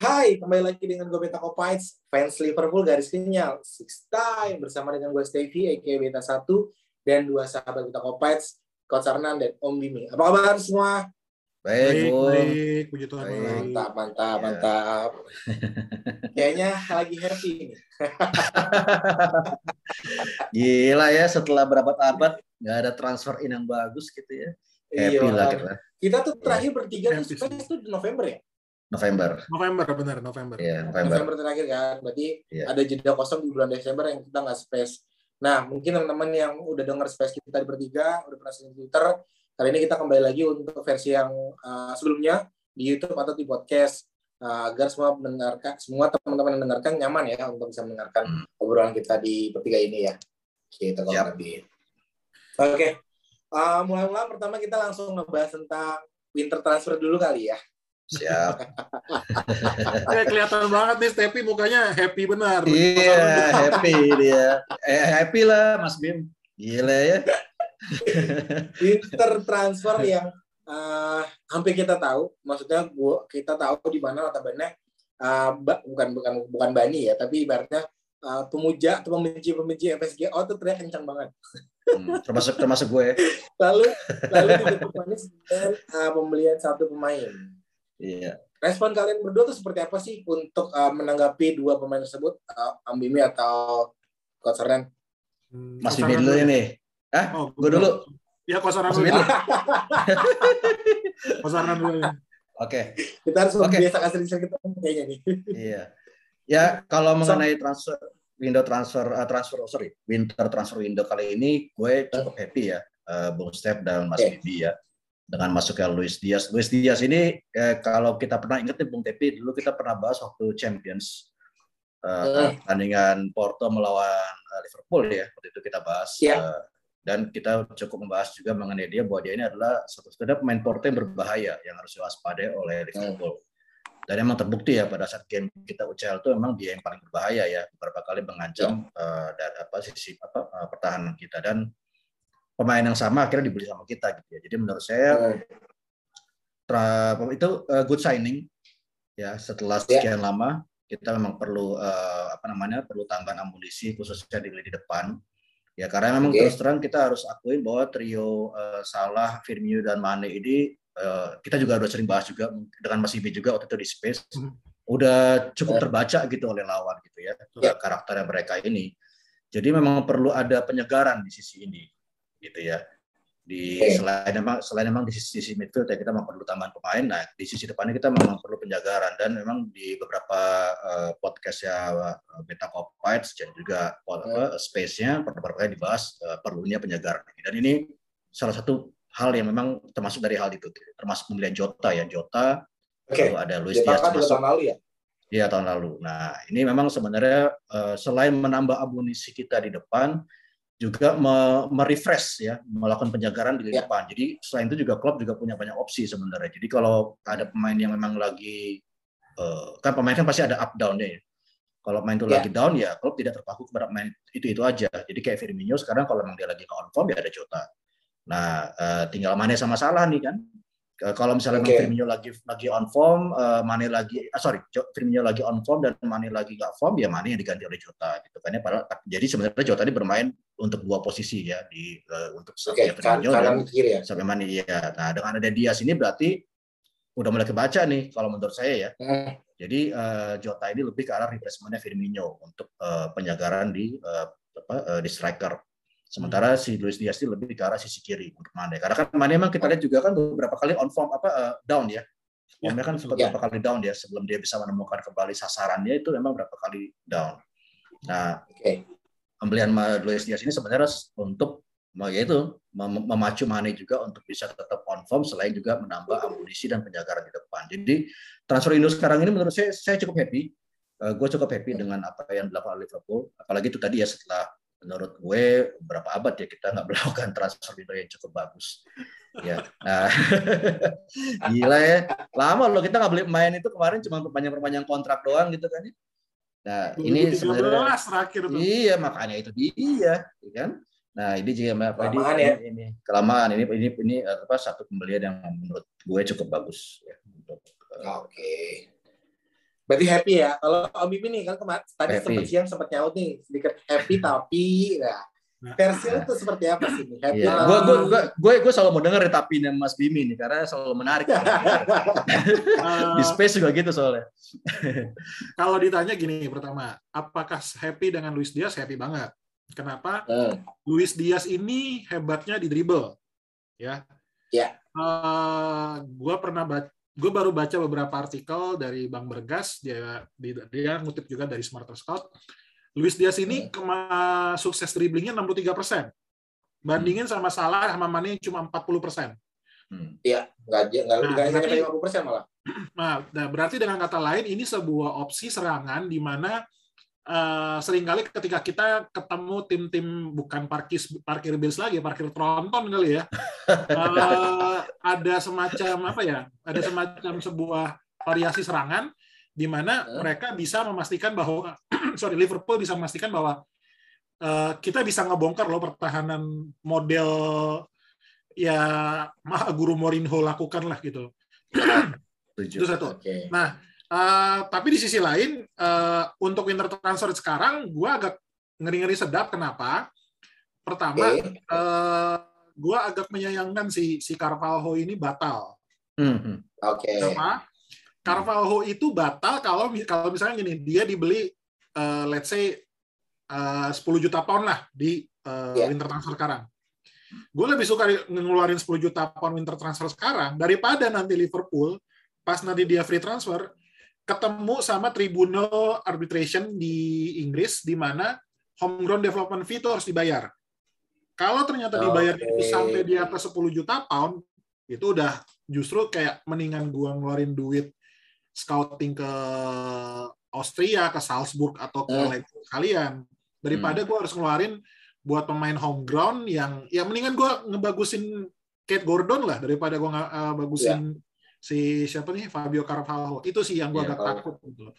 Hai, kembali lagi dengan gue Beta Kopites, fans Liverpool garis sinyal, six time bersama dengan gue Stevie, aka Beta 1, dan dua sahabat Beta Kopites, Coach Arnan dan Om Bimi. Apa kabar semua? Baik, puji Tuhan. Mantap. Kayaknya lagi happy nih. Gila ya, setelah berapa abad nggak ada transfer in yang bagus gitu ya. Happy lah kita. Kita tuh terakhir bertiga tuh Spurs tuh di November ya? November. Iya, November terakhir kan. Berarti ada jeda kosong di bulan Desember yang kita nggak space. Nah, mungkin teman-teman yang udah denger space kita di bertiga, udah pernah sering Twitter, kali ini kita kembali lagi untuk versi yang sebelumnya di YouTube atau di podcast agar semua teman-teman yang mendengarkan nyaman ya untuk bisa mendengarkan obrolan kita di bertiga ini ya. Kita kurang lebih. Oke. Mulai-mulai pertama kita langsung ngebahas tentang winter transfer dulu kali ya. Siap. Kelihatan banget nih Stepi mukanya happy benar. Iya, happy dia. Happy lah Mas Bim. Gila ya. Winter transfer yang hampir kita tahu, maksudnya kita tahu di mana notabene bukan Bani ya, tapi ibaratnya pemuja atau pembenci FSG tuh teriak kencang banget. Termasuk gue. Lalu ditutup manis dengan pembelian satu pemain. Iya. Respon kalian berdua tuh seperti apa sih untuk menanggapi dua pemain tersebut, Ambimi atau Coach Arnan? Mas Bimi dulu ini. Gue dulu. Ya, Coach Arnan dulu. Coach Arnan dulu. Oke. Kita harus membiasakan sering-sering ketemu kayaknya nih. Iya. Ya, kalau mengenai winter transfer window kali ini, gue cukup happy ya, Bung Step dan Mas Bibi ya. Dengan masuknya Luis Diaz. Luis Diaz ini kalau kita pernah ingat nih Bung Tepi, dulu kita pernah bahas waktu Champions pertandingan Porto melawan Liverpool ya, waktu itu kita bahas dan kita cukup membahas juga mengenai dia bahwa dia ini adalah satu-satunya pemain Porto yang berbahaya yang harus diwaspadai oleh Liverpool. Dan emang terbukti ya pada saat game kita UCL itu memang dia yang paling berbahaya ya, beberapa kali mengancam sisi pertahanan kita, dan pemain yang sama akhirnya dibeli sama kita gitu ya. Jadi menurut saya itu good signing ya, setelah sekian lama kita memang perlu perlu tambahan amunisi khususnya di lini depan ya, karena memang terus terang kita harus akuin bahwa trio Salah, Firmino dan Mane ini kita juga udah sering bahas juga dengan Mas Ibi juga waktu itu di Space, udah cukup terbaca gitu oleh lawan gitu ya, karakternya mereka ini. Jadi memang perlu ada penyegaran di sisi ini gitu ya. Selain memang di sisi midfield ya kita memang perlu tambahan pemain. Nah, di sisi depannya kita memang perlu penjagaan, dan memang di beberapa podcast ya Beta Kopites dan juga space-nya beberapa kali dibahas perlunya penjagaan. Dan ini salah satu hal yang memang termasuk dari hal itu, termasuk pembelian Jota ya. Lalu ada Luis Diaz masuk tahun lalu ya. Iya, tahun lalu. Nah, ini memang sebenarnya selain menambah amunisi kita di depan, juga merefresh ya, melakukan penjagaan di depan. Jadi selain itu juga klub juga punya banyak opsi sebenarnya. Jadi kalau ada pemain yang memang lagi kan pemain kan pasti ada up down-nya ya. Kalau main itu lagi down ya klub tidak terpaku kepada pemain itu aja. Jadi kayak Firmino sekarang kalau memang dia lagi on form ya ada Jota. Nah, tinggal Mane sama Salah nih kan. Kalau misalnya Firmino lagi on form, Firmino lagi on form dan Mane lagi nggak form, ya Mane yang diganti oleh Jota gitu kan ya. Jadi sebenarnya Jota ini bermain untuk dua posisi ya, untuk Firmino dan sampai Mane ya. Nah, dengan ada Diaz ini berarti udah mulai kebaca nih kalau menurut saya ya. Jadi Jota ini lebih ke arah replacement-nya Firmino untuk penjagaan di striker. Sementara si Luis Diaz ini lebih ke arah sisi kiri untuk Mane. Karena kan Mane memang kita lihat juga kan beberapa kali on form down ya. Formnya kan sempat beberapa kali down ya, sebelum dia bisa menemukan kembali sasarannya itu memang beberapa kali down. Nah, pembelian Luis Diaz ini sebenarnya untuk yaitu memacu Mane juga untuk bisa tetap on form, selain juga menambah amunisi dan penjagaan di depan. Jadi transfer Indo sekarang ini menurut saya cukup happy. Gue cukup happy dengan apa yang dilakukan oleh Liverpool. Apalagi itu tadi ya, setelah menurut gue berapa abad ya kita nggak melakukan transfer window yang cukup bagus ya. Nah, gila ya, lama loh kita nggak beli pemain itu, kemarin cuma perpanjang kontrak doang gitu kan. Nah, ini sebenarnya iya, makanya itu dia kan. Nah, ini juga kelamaan ini satu pembelian yang menurut gue cukup bagus ya untuk Berarti happy ya. Kalau Om Bibi nih kan tadi sempat nyaut nih sedikit happy tapi versi itu seperti apa sih nih? Happy. Gue selalu mau denger tapi Mas Bimi nih karena selalu menarik. Di Space juga gitu soalnya. Kalau ditanya gini pertama, apakah happy dengan Luis Diaz? Happy banget. Kenapa? Luis Diaz ini hebatnya di dribble, ya. Ya. Gue baru baca beberapa artikel dari Bang Bergas, dia ngutip juga dari Smarter Scout. Luis Diaz ini sukses dribblingnya 63%. Bandingin sama Salah sama Mane cuma 40%. Iya, nggak sampai 50% malah. Nah, berarti dengan kata lain ini sebuah opsi serangan di mana seringkali ketika kita ketemu tim-tim bukan parkir bis lagi, parkir tronton kali ya. Ada semacam Ada semacam sebuah variasi serangan di mana mereka bisa memastikan bahwa Liverpool bisa memastikan bahwa kita bisa ngebongkar loh pertahanan model ya Guru Mourinho lakukan lah gitu. Itu satu. Okay. Nah, tapi di sisi lain untuk winter transfer sekarang gue agak ngeri-ngeri sedap. Kenapa? Pertama, gue agak menyayangkan si Carvalho ini batal. Oke. Kenapa? Carvalho itu batal kalau misalnya gini, dia dibeli let's say 10 juta pound lah di winter transfer sekarang. Gue lebih suka ngeluarin 10 juta pound winter transfer sekarang daripada nanti Liverpool pas nanti dia free transfer ketemu sama tribunal arbitration di Inggris di mana homegrown development fee itu harus dibayar. Kalau ternyata dibayar itu sampai di atas 10 juta pound, itu udah justru kayak mendingan gua ngeluarin duit scouting ke Austria, ke Salzburg atau ke Leipzig kalian daripada gua harus ngeluarin buat pemain homegrown yang mendingan gua ngebagusin Kate Gordon lah daripada gua bagusin si siapa nih Fabio Carvalho. Itu sih yang gua agak takut gitu.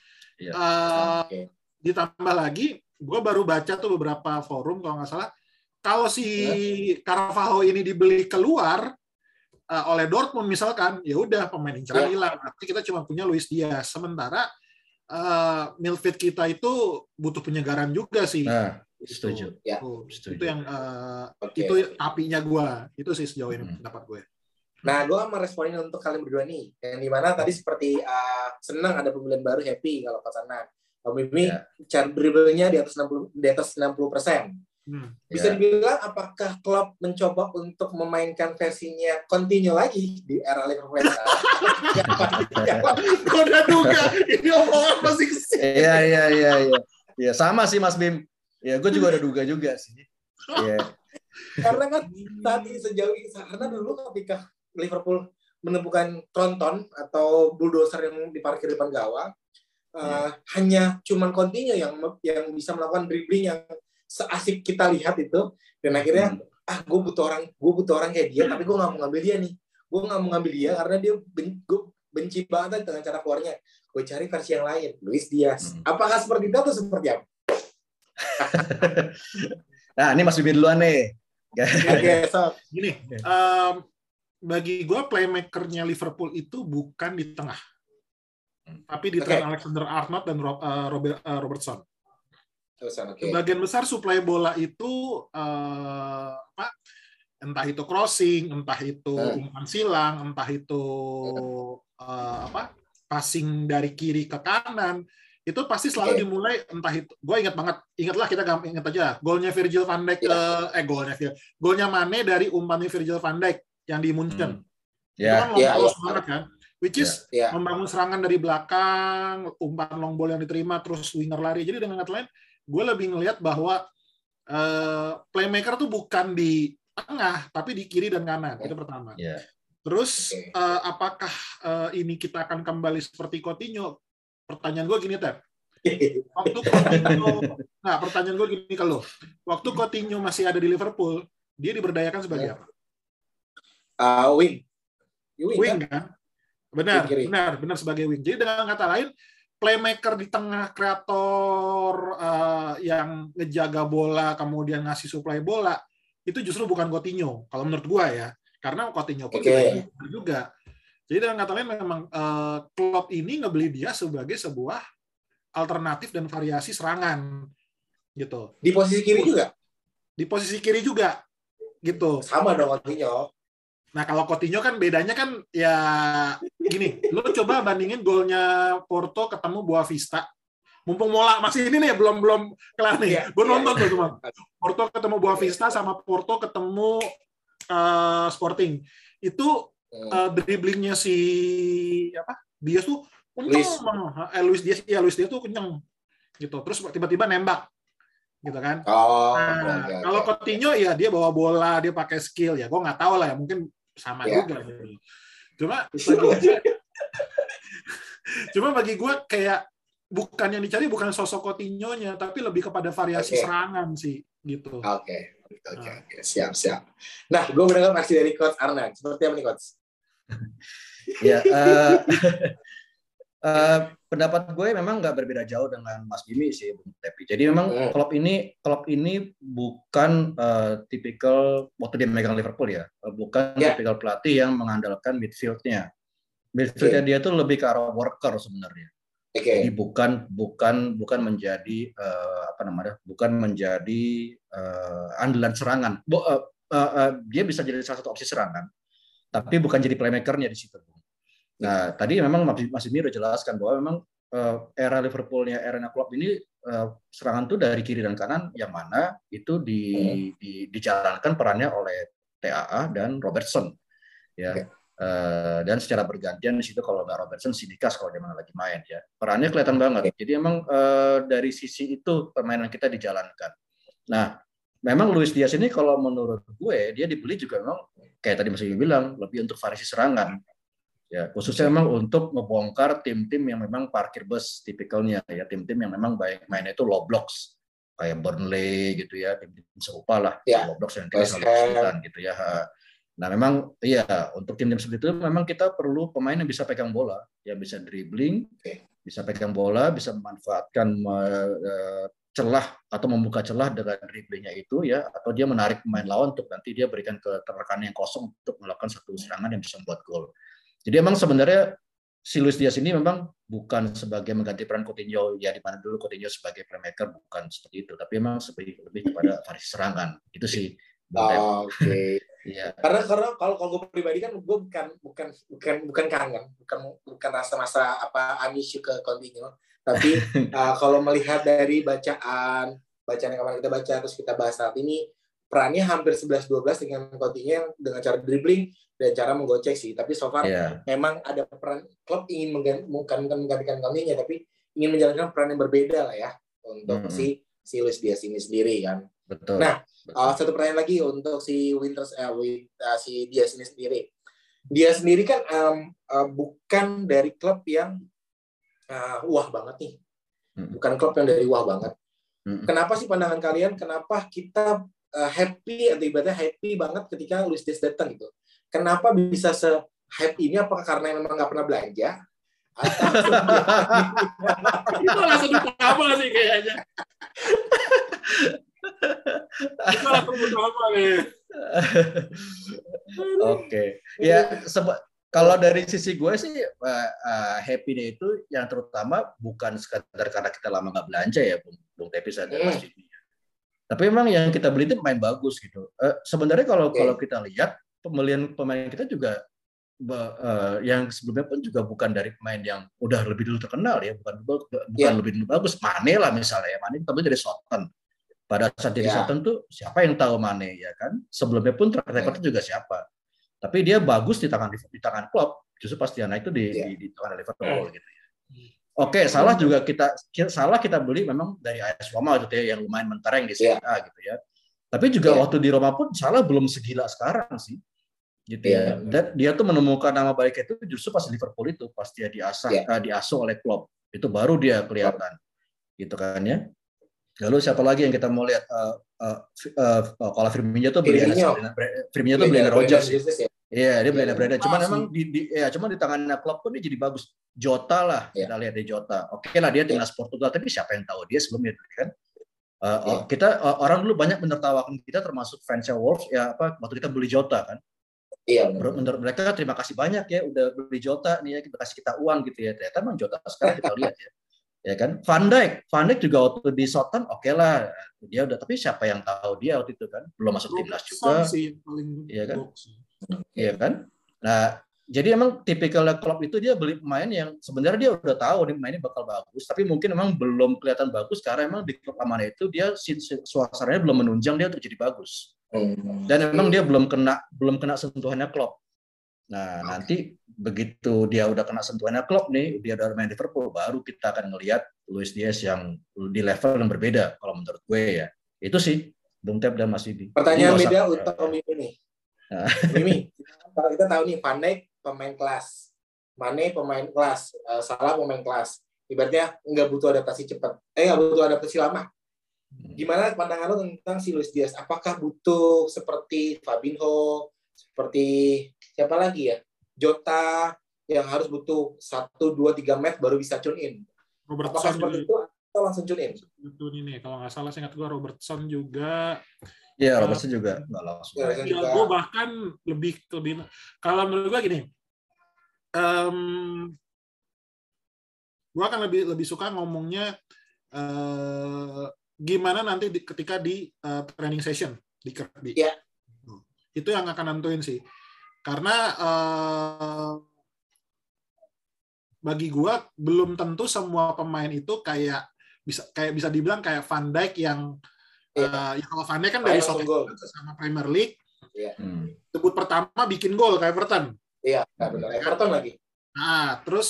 Ditambah lagi gua baru baca tuh beberapa forum kalau nggak salah kalau si Carvalho ini dibeli keluar oleh Dortmund misalkan, ya udah pemain inceran hilang. Berarti kita cuma punya Luis Diaz. Sementara midfield kita itu butuh penyegaran juga sih. Setuju. Ya. Itu yang itu apinya gue. Itu sih sejauh ini pendapat gue. Nah, gue mau responin untuk kalian berdua nih. Yang dimana tadi seperti senang ada pembelian baru, happy kalau pasangan. Om Mimi cara dribblenya di atas 60%. Bisa dibilang apakah Klopp mencoba untuk memainkan versinya continue lagi di era Liverpool? Gue udah duga ini omongan masih kesini. Iya, sama sih Mas Bim. Ya, gue juga udah duga juga sih. Iya. Karena kan saat ini sejauh ini, karena dulu ketika Liverpool menemukan tronton atau bulldozer yang diparkir depan gawang, hanya cuman continue yang bisa melakukan dribbling yang seasik kita lihat itu, dan akhirnya gue butuh orang kayak dia, tapi gue nggak mau ngambil dia nih, gue nggak mau ngambil dia karena dia gue benci banget dengan cara keluarnya, gue cari versi yang lain, Luis Diaz. Apakah seperti itu atau seperti apa? Nah, ini Mas Bibi duluan nih. Gini, bagi gue playmakernya Liverpool itu bukan di tengah, tapi di Trent Alexander-Arnold dan Robertson. Sebagian besar suplai bola itu entah itu crossing, entah itu umpan silang, entah itu passing dari kiri ke kanan, itu pasti selalu dimulai entah itu. Gue ingatlah kita ingat aja golnya Virgil van Dijk golnya Mane dari umpannya Virgil van Dijk yang di Munchen. Itu kan long banget kan. Which is membangun serangan dari belakang, umpan long ball yang diterima, terus winger lari. Jadi dengan kata lain, gue lebih ngelihat bahwa playmaker tuh bukan di tengah, tapi di kiri dan kanan. Itu pertama. Terus apakah ini kita akan kembali seperti Coutinho? Pertanyaan gue gini, Tep. Pertanyaan gue gini kalau waktu Coutinho masih ada di Liverpool, dia diberdayakan sebagai apa? Wing kan? Benar sebagai wing. Jadi dengan kata lain, playmaker di tengah, kreator yang ngejaga bola, kemudian ngasih suplai bola, itu justru bukan Coutinho. Kalau menurut gua ya, karena Coutinho pun juga. Jadi dengan kata lain memang Klopp ini ngebeli dia sebagai sebuah alternatif dan variasi serangan gitu. Di posisi kiri juga? Di posisi kiri juga gitu. Sama dong Coutinho. Nah, kalau Coutinho kan bedanya kan ya gini, lo coba bandingin golnya Porto ketemu Boavista. Mumpung Mola masih ini nih belum kelar nih. Gue nonton tuh cuma Porto ketemu Boavista sama Porto ketemu Sporting. Itu dribblingnya si Dias tuh kenceng. Luis Dias tuh kenceng gitu. Terus tiba-tiba nembak gitu kan. Kalau Coutinho ya dia bawa bola, dia pakai skill ya. Gue nggak tahu lah ya, mungkin sama juga. Cuma bagi gue kayak bukan yang dicari bukan sosok Coutinho-nya, tapi lebih kepada variasi serangan sih, gitu. Oke. Siap. Nah, gue mendengar versi dari Coach Arnan. Seperti apa nih, Coach? Ya, pendapat gue memang nggak berbeda jauh dengan Mas Jimmy sih, Bung Tepi. Jadi memang Klopp ini bukan tipikal waktu dia megang Liverpool ya, bukan tipikal pelatih yang mengandalkan midfield-nya. Midfield-nya dia tuh lebih ke arah worker sebenarnya. Jadi bukan menjadi bukan menjadi andalan serangan. Dia bisa jadi salah satu opsi serangan, tapi bukan jadi playmaker-nya di situ. Nah, tadi memang Mas Jimmy udah jelaskan bahwa memang era Liverpool-nya, era Klopp ini serangan tuh dari kiri dan kanan, yang mana itu dijalankan perannya oleh TAA dan Robertson, ya. Dan secara bergantian di situ, kalau nggak Robertson, Tsimikas kalau dia lagi main ya. Perannya kelihatan banget. Jadi emang dari sisi itu permainan kita dijalankan. Nah, memang Luis Diaz ini kalau menurut gue dia dibeli juga memang kayak tadi Mas Jimmy bilang lebih untuk variasi serangan. Ya, khususnya memang untuk ngebongkar tim-tim yang memang parkir bus tipikalnya ya, tim-tim yang memang baik mainnya itu low blocks kayak Burnley gitu ya, tim-tim serupa lah, low blocks yang tidak selalu kesulitan gitu ya. Nah, memang iya untuk tim-tim seperti itu memang kita perlu pemain yang bisa pegang bola, yang bisa dribbling, bisa pegang bola, bisa memanfaatkan celah atau membuka celah dengan dribblingnya itu ya, atau dia menarik pemain lawan untuk nanti dia berikan ke rekan yang kosong untuk melakukan satu serangan yang bisa membuat gol. Jadi emang sebenarnya si Luis Diaz ini memang bukan sebagai mengganti peran Coutinho ya, di mana dulu Coutinho sebagai playmaker, bukan seperti itu, tapi memang lebih kepada variasi serangan. Itu sih. Oke. Iya. Karena kalau gue pribadi kan gue bukan kangen, bukan rasa amisu ke Coutinho, tapi kalau melihat dari bacaan yang kemarin kita baca terus kita bahas saat ini, perannya hampir 11-12 dengan Coutinho dengan cara dribbling dan cara menggocek sih. Tapi so far memang ada peran Klopp ingin menggantikan Coutinho, tapi ingin menjalankan peran yang berbeda lah ya untuk si Luis Diaz ini sendiri kan. Betul. Nah, satu pertanyaan lagi untuk si si Diaz ini sendiri. Dia sendiri kan bukan dari klub yang wah banget nih. Bukan klub yang dari wah banget. Kenapa sih pandangan kalian? Kenapa kita happy atau ibaratnya happy banget ketika Luis Diaz datang gitu? Kenapa bisa se-happy ini? Apakah karena memang nggak pernah belanja? Atau itu langsung utama sih kayaknya. Oke, ya kalau dari sisi gue sih happy-nya itu yang terutama bukan sekadar karena kita lama nggak belanja ya, Bung Tepi dan Mas Jimmy. Tapi memang yang kita beli itu pemain bagus gitu. Sebenarnya kalau kita lihat pembelian pemain kita juga yang sebelumnya pun juga bukan dari pemain yang udah lebih dulu terkenal ya, bukan lebih dulu bagus. Mane lah misalnya, Mane kita beli dari Southampton. Pada saat jadi Southampton tuh siapa yang tahu Mane ya kan? Sebelumnya pun track record juga siapa. Tapi dia bagus di tangan Klopp. Justru pas dia naik itu di tangan Liverpool gitu ya. Oke, salah kita beli memang dari AS Roma gitu ya, yang lumayan mentereng di Serie A gitu ya. Tapi juga waktu di Roma pun Salah belum segila sekarang sih. Gitu ya. Dan dia tuh menemukan nama baik itu justru pas Liverpool itu, pas dia diasuh oleh Klopp. Itu baru dia kelihatan. Gitu kan ya. Lalu siapa lagi yang kita mau lihat? Kalau Firmino tuh beli Rodgers. Iya, dia beli Brandon. Cuman memang cuma di tangannya Klopp pun dia jadi bagus. Jota lah, kita lihat di Jota. Oke lah dia timnas Portugal, tapi siapa yang tahu dia sebelumnya kan? Kita orang dulu banyak menertawakan kita, termasuk fansnya Wolves ya, waktu kita beli Jota kan. Iya. Menurut mereka terima kasih banyak ya udah beli Jota nih ya, kita kasih kita uang gitu ya. Ternyata memang Jota sekarang kita lihat ya kan. Van Dijk juga waktu di Southampton oke lah dia udah, tapi siapa yang tahu dia waktu itu kan, belum masuk timnas juga. Iya kan? Iya kan? Nah, jadi emang tipikal klub itu dia beli pemain yang sebenarnya dia udah tahu nih pemainnya bakal bagus, tapi mungkin emang belum kelihatan bagus karena emang di klub amanah itu dia suasananya belum menunjang dia untuk jadi bagus. Dan emang dia belum kena sentuhannya Klopp. Nah, nanti begitu dia udah kena sentuhannya Klopp nih, dia udah main Liverpool, baru kita akan ngelihat Luis Diaz yang di level yang berbeda kalau menurut gue ya. Itu sih, Bung Tep dan Mas Didi. Pertanyaan beda untuk Mimi nih. Mimi, kalau kita tahu nih Van Dijk pemain kelas, Mane pemain kelas, Salah pemain kelas. Ibaratnya nggak butuh adaptasi cepat, nggak butuh adaptasi lama. Gimana pandangan lo tentang si Luis Diaz? Apakah butuh seperti Fabinho, seperti siapa lagi ya? Jota yang harus butuh 1, 2, 3 match baru bisa tune in. Apakah seperti itu atau langsung tune in? Betul ini, kalau nggak salah saya ingat gue Robertson juga. Iya, Robertson juga nggak langsung. Ya, gue bahkan lebih kalau menurut gue gini, gue akan lebih suka ngomongnya gimana nanti ketika di training session di Kirkby. Yeah. Itu yang akan nentuin sih. Karena bagi gue belum tentu semua pemain itu kayak bisa dibilang kayak Van Dijk yang ya kalau Van Dijk kan dari Southampton sama Premier League. Yeah. Debut pertama bikin gol kayak Everton. Iya, benar. Everton lagi. Nah, terus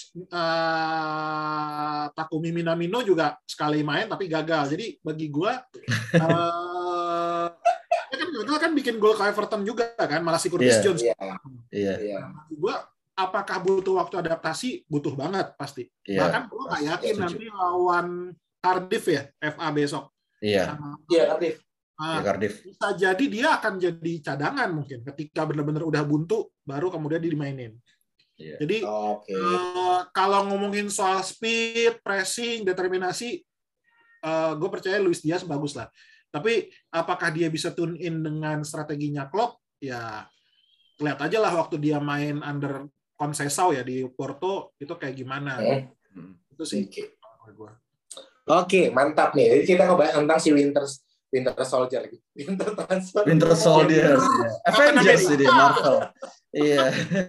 Takumi Minamino juga sekali main tapi gagal. Jadi bagi gue gagal kan bikin gol ke Everton juga kan, malah si Curtis Jones. Iya. Bagi gue apakah butuh waktu adaptasi? Butuh banget pasti. Bahkan gue nggak yakin nanti lawan Cardiff ya FA besok. Iya. Cardiff. Cardiff. Bisa jadi dia akan jadi cadangan mungkin ketika benar-benar udah buntu baru kemudian dimainin. Yeah. Jadi kalau ngomongin soal speed, pressing, determinasi, gue percaya Luis Diaz bagus lah. Tapi apakah dia bisa tune in dengan strateginya Klopp? Ya lihat aja lah waktu dia main under Conceição ya di Porto itu kayak gimana. Itu sih. Oke, mantap nih. Jadi kita ngebahas tentang si Winter Soldier lagi. Winter Soldier. Avengers jadi Marvel. Iya.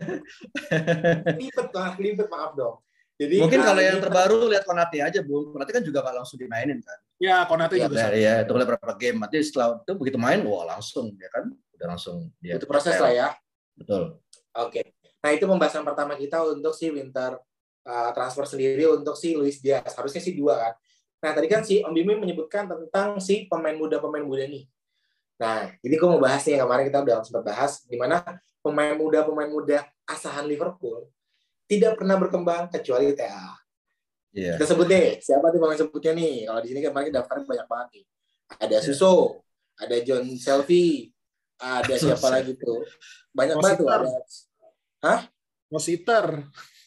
Limpet maaf dong. Jadi mungkin kalau yang terbaru lihat Konate aja, Bu. Konate kan juga nggak langsung dimainin kan. Ya, Konate juga. Iya, itu lihat berapa game. Nanti setelah itu begitu main, wah langsung ya kan. Udah langsung dia. Itu proses lah ya. Betul. Oke. Nah, itu pembahasan pertama kita untuk si winter transfer sendiri untuk si Luis Diaz. Harusnya sih 2 kan. Nah, tadi kan si Om Bimi menyebutkan tentang si pemain muda nih. Nah, jadi gue mau bahas nih, kemarin kita udah sempat bahas, di mana pemain muda asahan Liverpool tidak pernah berkembang kecuali TA. Yeah. Kita sebut deh, siapa tuh pemain sebutnya nih? Kalau di sini kemarin daftarnya banyak banget nih. Ada Suso, ada John Shelby, ada siapa lagi tuh? Banyak banget tuh. Ada. Hah? Mositer.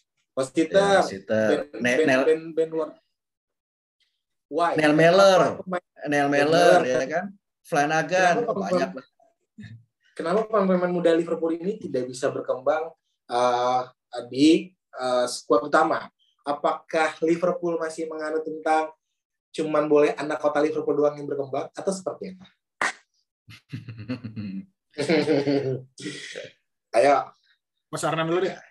Neil Mellor ya kan, Flanagan banyak lah. Kenapa pemain muda Liverpool ini tidak bisa berkembang di skuad utama? Apakah Liverpool masih menganut tentang cuman boleh anak kota Liverpool doang yang berkembang atau seperti apa? Ayo. Mas Arnan dulu deh.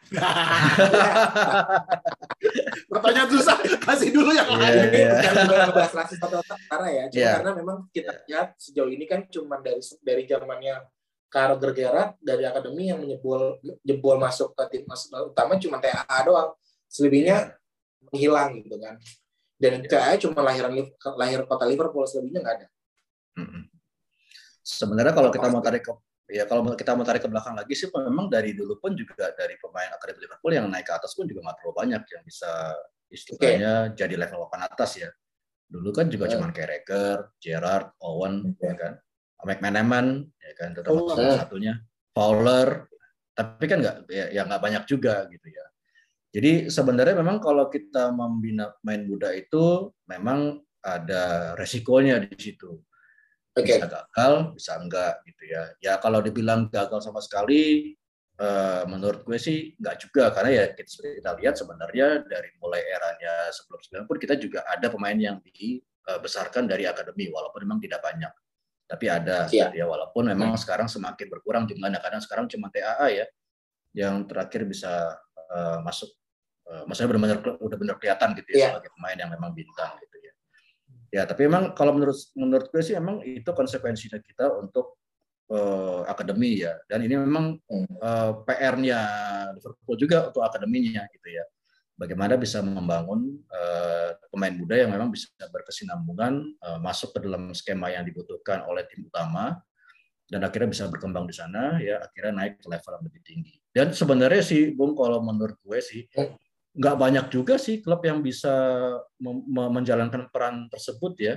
Pertanyaan susah, kasih dulu yang lain. Bukan ngebahas rasis atau tentara ya, cuma karena memang kita lihat sejauh ini kan cuma dari zamannya Carragher Gerrard dari akademi yang jebol masuk ke tim utama cuma TAA doang. Selebihnya menghilang gitu kan. Dan TAA cuma lahir kota Liverpool, selebihnya nggak ada. Sebenarnya kalau kita mau tarik ke belakang lagi sih, memang dari dulu pun juga dari pemain akademi Liverpool yang naik ke atas pun juga nggak terlalu banyak yang bisa istilahnya jadi level papan atas ya. Dulu kan juga cuma Carragher, Gerrard, Owen, ya kan, McManaman, ya kan, terutama salah satunya Fowler, tapi kan nggak banyak juga gitu ya. Jadi sebenarnya memang kalau kita membina pemain muda itu memang ada resikonya di situ. Bisa gagal, bisa enggak gitu ya. Ya kalau dibilang gagal sama sekali, menurut gue sih enggak juga, karena ya kita lihat sebenarnya dari mulai eranya sebelum 90 pun kita juga ada pemain yang dibesarkan dari akademi, walaupun memang tidak banyak, tapi ada gitu ya, walaupun memang sekarang semakin berkurang jumlahnya, karena sekarang cuma TAA ya yang terakhir bisa masuk, maksudnya udah benar kelihatan gitu ya sebagai pemain yang memang bintang gitu ya. Ya, tapi memang kalau menurut gue sih emang itu konsekuensinya kita untuk akademi ya. Dan ini memang PR-nya Liverpool juga untuk akademinya gitu ya. Bagaimana bisa membangun pemain muda yang memang bisa berkesinambungan, masuk ke dalam skema yang dibutuhkan oleh tim utama, dan akhirnya bisa berkembang di sana, ya akhirnya naik ke level yang lebih tinggi. Dan sebenarnya sih, Bung, kalau menurut gue sih, nggak banyak juga sih klub yang bisa menjalankan peran tersebut ya.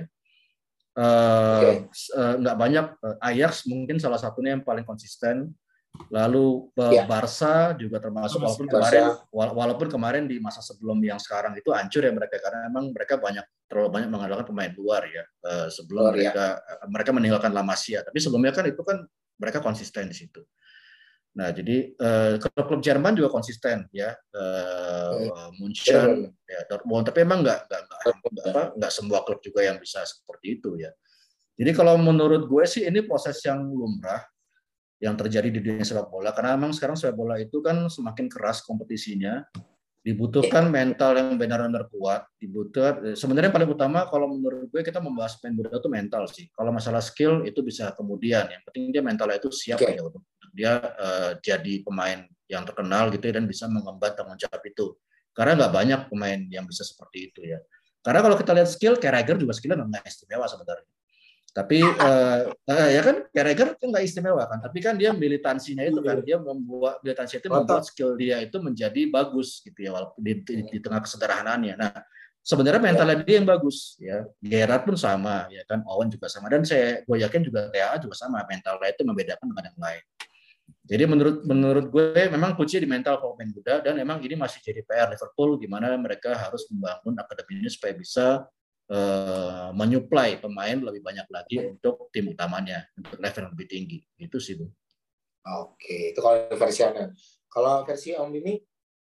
Nggak banyak. Ajax mungkin salah satunya yang paling konsisten. Lalu Barca juga termasuk, walaupun kemarin di masa sebelum yang sekarang itu hancur ya mereka, karena memang mereka terlalu banyak mengandalkan pemain luar ya, sebelum mereka meninggalkan La Masia. Tapi sebelumnya kan itu kan mereka konsisten di situ. Nah, jadi klub-klub Jerman juga konsisten ya, Munchen, ya, Dortmund, tapi emang nggak semua klub juga yang bisa seperti itu ya. Jadi kalau menurut gue sih ini proses yang lumrah yang terjadi di dunia sepak bola, karena memang sekarang sepak bola itu kan semakin keras kompetisinya, dibutuhkan mental yang benar-benar kuat, dibutuhkan. Sebenarnya paling utama kalau menurut gue kita membahas pemain muda itu mental sih. Kalau masalah skill itu bisa kemudian, yang penting dia mentalnya itu siap ya untuk dia jadi pemain yang terkenal gitu ya, dan bisa mengemban tanggung jawab itu. Karena nggak banyak pemain yang bisa seperti itu ya. Karena kalau kita lihat skill, Carragher juga skillnya nggak istimewa sebenarnya. Tapi ya kan Carragher itu nggak istimewa kan, tapi kan dia militansinya itu kan, dia membuat militansi itu membuat skill dia itu menjadi bagus gitu ya, walaupun di tengah kesederhanaannya. Nah, sebenarnya mentalnya dia yang bagus ya. Gerrard pun sama ya kan, Owen juga sama, dan gue yakin juga TAA juga sama, mentalnya itu membedakan dengan yang lain. Jadi menurut gue memang kunci di mental pemain muda, dan memang ini masih jadi PR Liverpool, di mana mereka harus membangun akademinya supaya bisa menyuplai pemain lebih banyak lagi untuk tim utamanya, untuk level yang lebih tinggi. Itu sih, Bu. Oke, itu kalau versi Anda. Kalau versi Om ini?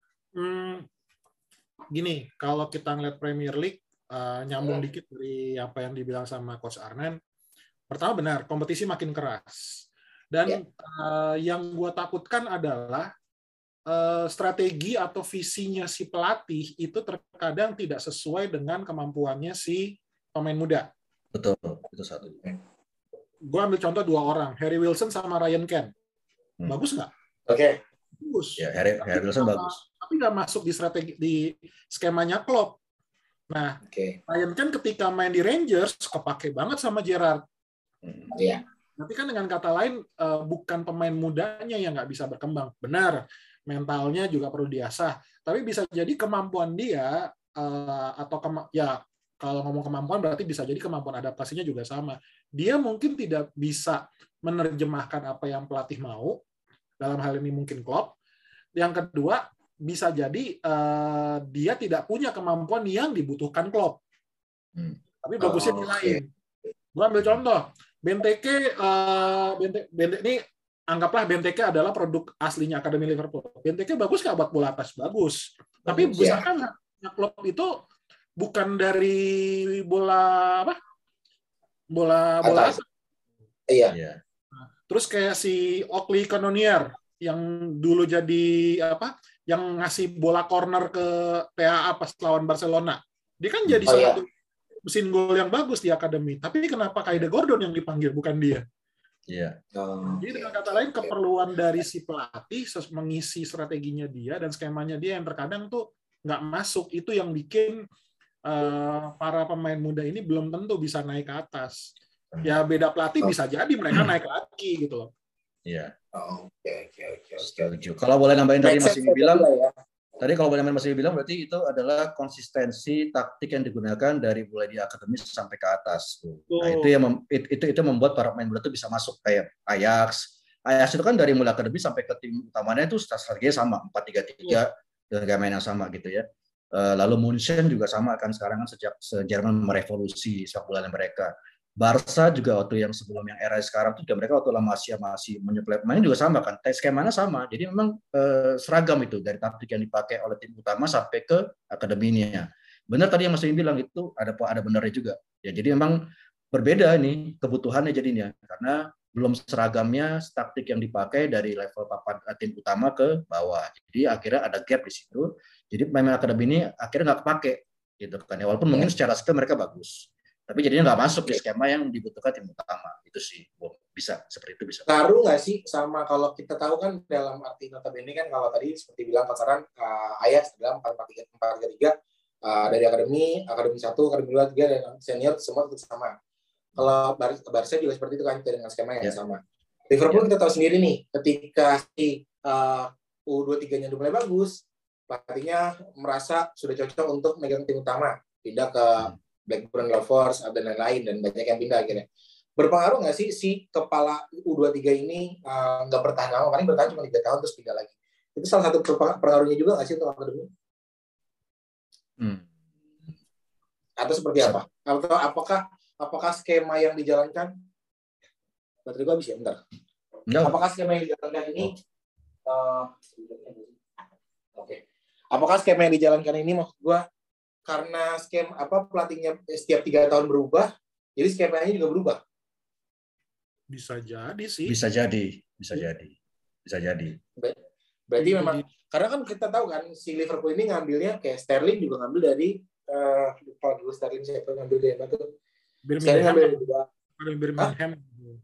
Gini, kalau kita ngeliat Premier League, nyambung dikit dari apa yang dibilang sama Coach Arnen, pertama benar, kompetisi makin keras. Dan yang gue takutkan adalah strategi atau visinya si pelatih itu terkadang tidak sesuai dengan kemampuannya si pemain muda. Betul, itu satu. Gue ambil contoh 2 orang, Harry Wilson sama Ryan Kent. Bagus nggak? Oke. Bagus. Ya, Harry Wilson bagus. Tapi nggak masuk di strategi di skemanya Klopp. Nah, Ryan Kent ketika main di Rangers kepake banget sama Gerrard. Iya. Tapi kan dengan kata lain bukan pemain mudanya yang nggak bisa berkembang. Benar. Mentalnya juga perlu diasah, tapi bisa jadi kemampuan dia kalau ngomong kemampuan berarti bisa jadi kemampuan adaptasinya juga sama. Dia mungkin tidak bisa menerjemahkan apa yang pelatih mau, dalam hal ini mungkin Klopp. Yang kedua, bisa jadi dia tidak punya kemampuan yang dibutuhkan Klopp. Tapi bagusnya di lain. Gue ambil contoh, Benteke ini anggaplah Benteke adalah produk aslinya Akademi Liverpool. Benteke bagus nggak buat bola atas? Bagus. Tapi misalkan Klopp itu bukan dari bola apa? Bola atas. Iya. Terus kayak si Oakley Cannonier yang dulu jadi apa? Yang ngasih bola corner ke TAA pas lawan Barcelona. Dia kan jadi salah satu mesin gol yang bagus di akademi. Tapi kenapa Kaide Gordon yang dipanggil bukan dia? Iya. Jadi dengan kata lain keperluan dari si pelatih mengisi strateginya dia dan skemanya dia yang terkadang tuh nggak masuk. Itu yang bikin para pemain muda ini belum tentu bisa naik ke atas. Ya beda pelatih bisa jadi mereka naik lagi gitu loh. Iya. Oke. Setuju. Kalau boleh nambahin tadi kalau boleh masih bilang berarti itu adalah konsistensi taktik yang digunakan dari mulai di akademi sampai ke atas. Nah, itu membuat para pemain muda itu bisa masuk kayak Ajax. Ajax itu kan dari mulai akademi sampai ke tim utamanya itu strateginya sama, 4-3-3 dengan gaya main yang sama gitu ya. Lalu Munchen juga sama kan sekarang kan sejak Jerman merevolusi sepak bola mereka. Barca juga waktu yang sebelum yang era sekarang tuh juga mereka waktu masih menyuplai pemain juga sama kan, skemanya sama, jadi memang seragam itu dari taktik yang dipakai oleh tim utama sampai ke akademinya. Benar tadi yang Mas Wim bilang itu ada benarnya juga ya, jadi memang berbeda nih kebutuhannya jadinya karena belum seragamnya taktik yang dipakai dari level papan tim utama ke bawah, jadi akhirnya ada gap di situ, jadi pemain akademi ini akhirnya nggak kepake gitu kan ya, walaupun mungkin secara skill mereka bagus tapi jadinya nggak masuk di skema yang dibutuhkan tim utama. Itu sih, bisa seperti itu bisa. Ngaruh nggak sih sama kalau kita tahu kan dalam arti notabene kan kalau tadi seperti bilang pasaran Ajax dalam 4-3-3 dari akademi 1, akademi 2, 3 dan senior semua tetap sama. Kalau Barca juga seperti itu kan dengan skema yang sama. Liverpool kita tahu sendiri nih ketika si U23-nya udah mulai bagus, pelatihnya merasa sudah cocok untuk megang tim utama, pindah ke Blackburn Rovers dan lain-lain dan banyak yang pindah akhirnya. Berpengaruh nggak sih si kepala U23 ini nggak bertahan lama, paling bertahan cuma 3 tahun terus pindah lagi. Itu salah satu pengaruhnya juga nggak sih untuk akademi? Atau seperti apa? Atau apakah skema yang dijalankan? Baterai gua habis ya, bentar. Apakah skema yang dijalankan ini? Apakah skema yang dijalankan ini maksud gua karena skema pelatihnya setiap 3 tahun berubah, jadi skemanya juga berubah. Bisa jadi sih. Bisa jadi. Berarti memang karena kan kita tahu kan si Liverpool ini ngambilnya kayak Sterling juga ngambil dari lupa dulu Sterling siapa ngambil dari apa tuh? Sterling ngambil dari Birmingham.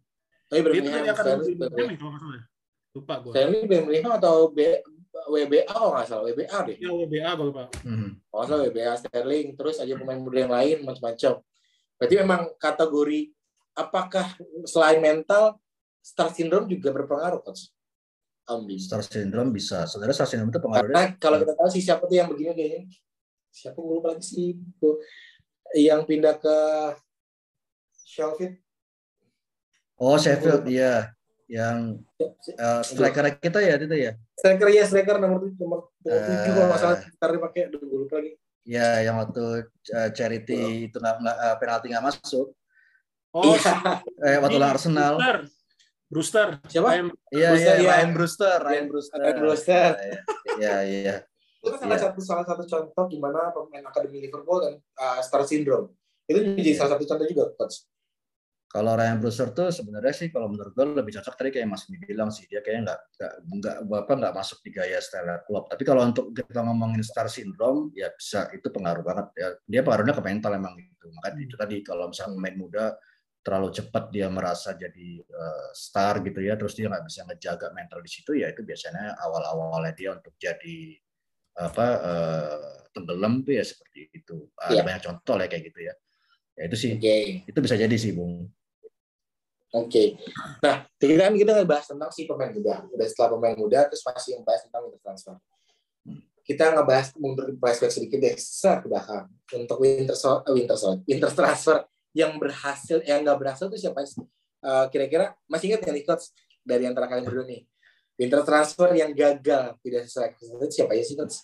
Lupa gua. Sterling Birmingham atau WBA kalau nggak salah, WBA deh. Ya WBA kalau Pak. Kalau salah WBA Sterling, terus aja pemain muda yang lain macam-macam. Berarti memang kategori apakah selain mental, star syndrome juga berpengaruh, Coach? Star syndrome bisa. Sebenarnya star syndrome itu pengaruhnya. Karena kalau kita tahu sih siapa tuh yang begini kayaknya. Siapa gue lupa lagi sih yang pindah ke Sheffield. Oh, Sheffield iya. Yang striker kita ya itu ya. Striker nomor 7 kalau nggak salah kita pakai gue lupa lagi. Ya, yang waktu charity itu nggak penalti nggak masuk. Oh, waktu lawan Arsenal. Brewster. Siapa? Ryan Brewster. Iya. Itu kan salah satu contoh gimana pemain akademi Liverpool dan star syndrome. Itu menjadi salah satu contoh juga, Coach. Kalau Ryan Brewster tuh sebenarnya sih kalau menurut gue lebih cocok tadi kayak Mas Mimi bilang sih, dia kayaknya nggak masuk di gaya style Klopp. Tapi kalau untuk kita ngomongin star syndrome ya bisa, itu pengaruh banget ya. Dia pengaruhnya ke mental emang gitu. Makanya itu tadi kalau misalnya pemain muda terlalu cepat dia merasa jadi star gitu ya, terus dia nggak bisa ngejaga mental di situ ya, itu biasanya awal-awalnya dia untuk jadi tenggelam tuh ya seperti itu. Ada banyak contoh lah kayak gitu ya. Ya itu sih, itu bisa jadi sih, Bung. Oke. Nah, kita ngebahas tentang si pemain muda. Udah setelah pemain muda, terus masih membahas tentang winter transfer. Kita ngebahas mundur flashback sedikit deh, ke belakang. Untuk winter transfer yang berhasil, yang nggak berhasil itu siapa sih? Kira-kira masih ingat nggak nih, Coach? Dari antara kalian berdua nih. Winter transfer yang gagal, tidak sesuai ekspektasi, siapa ya sih, Coach?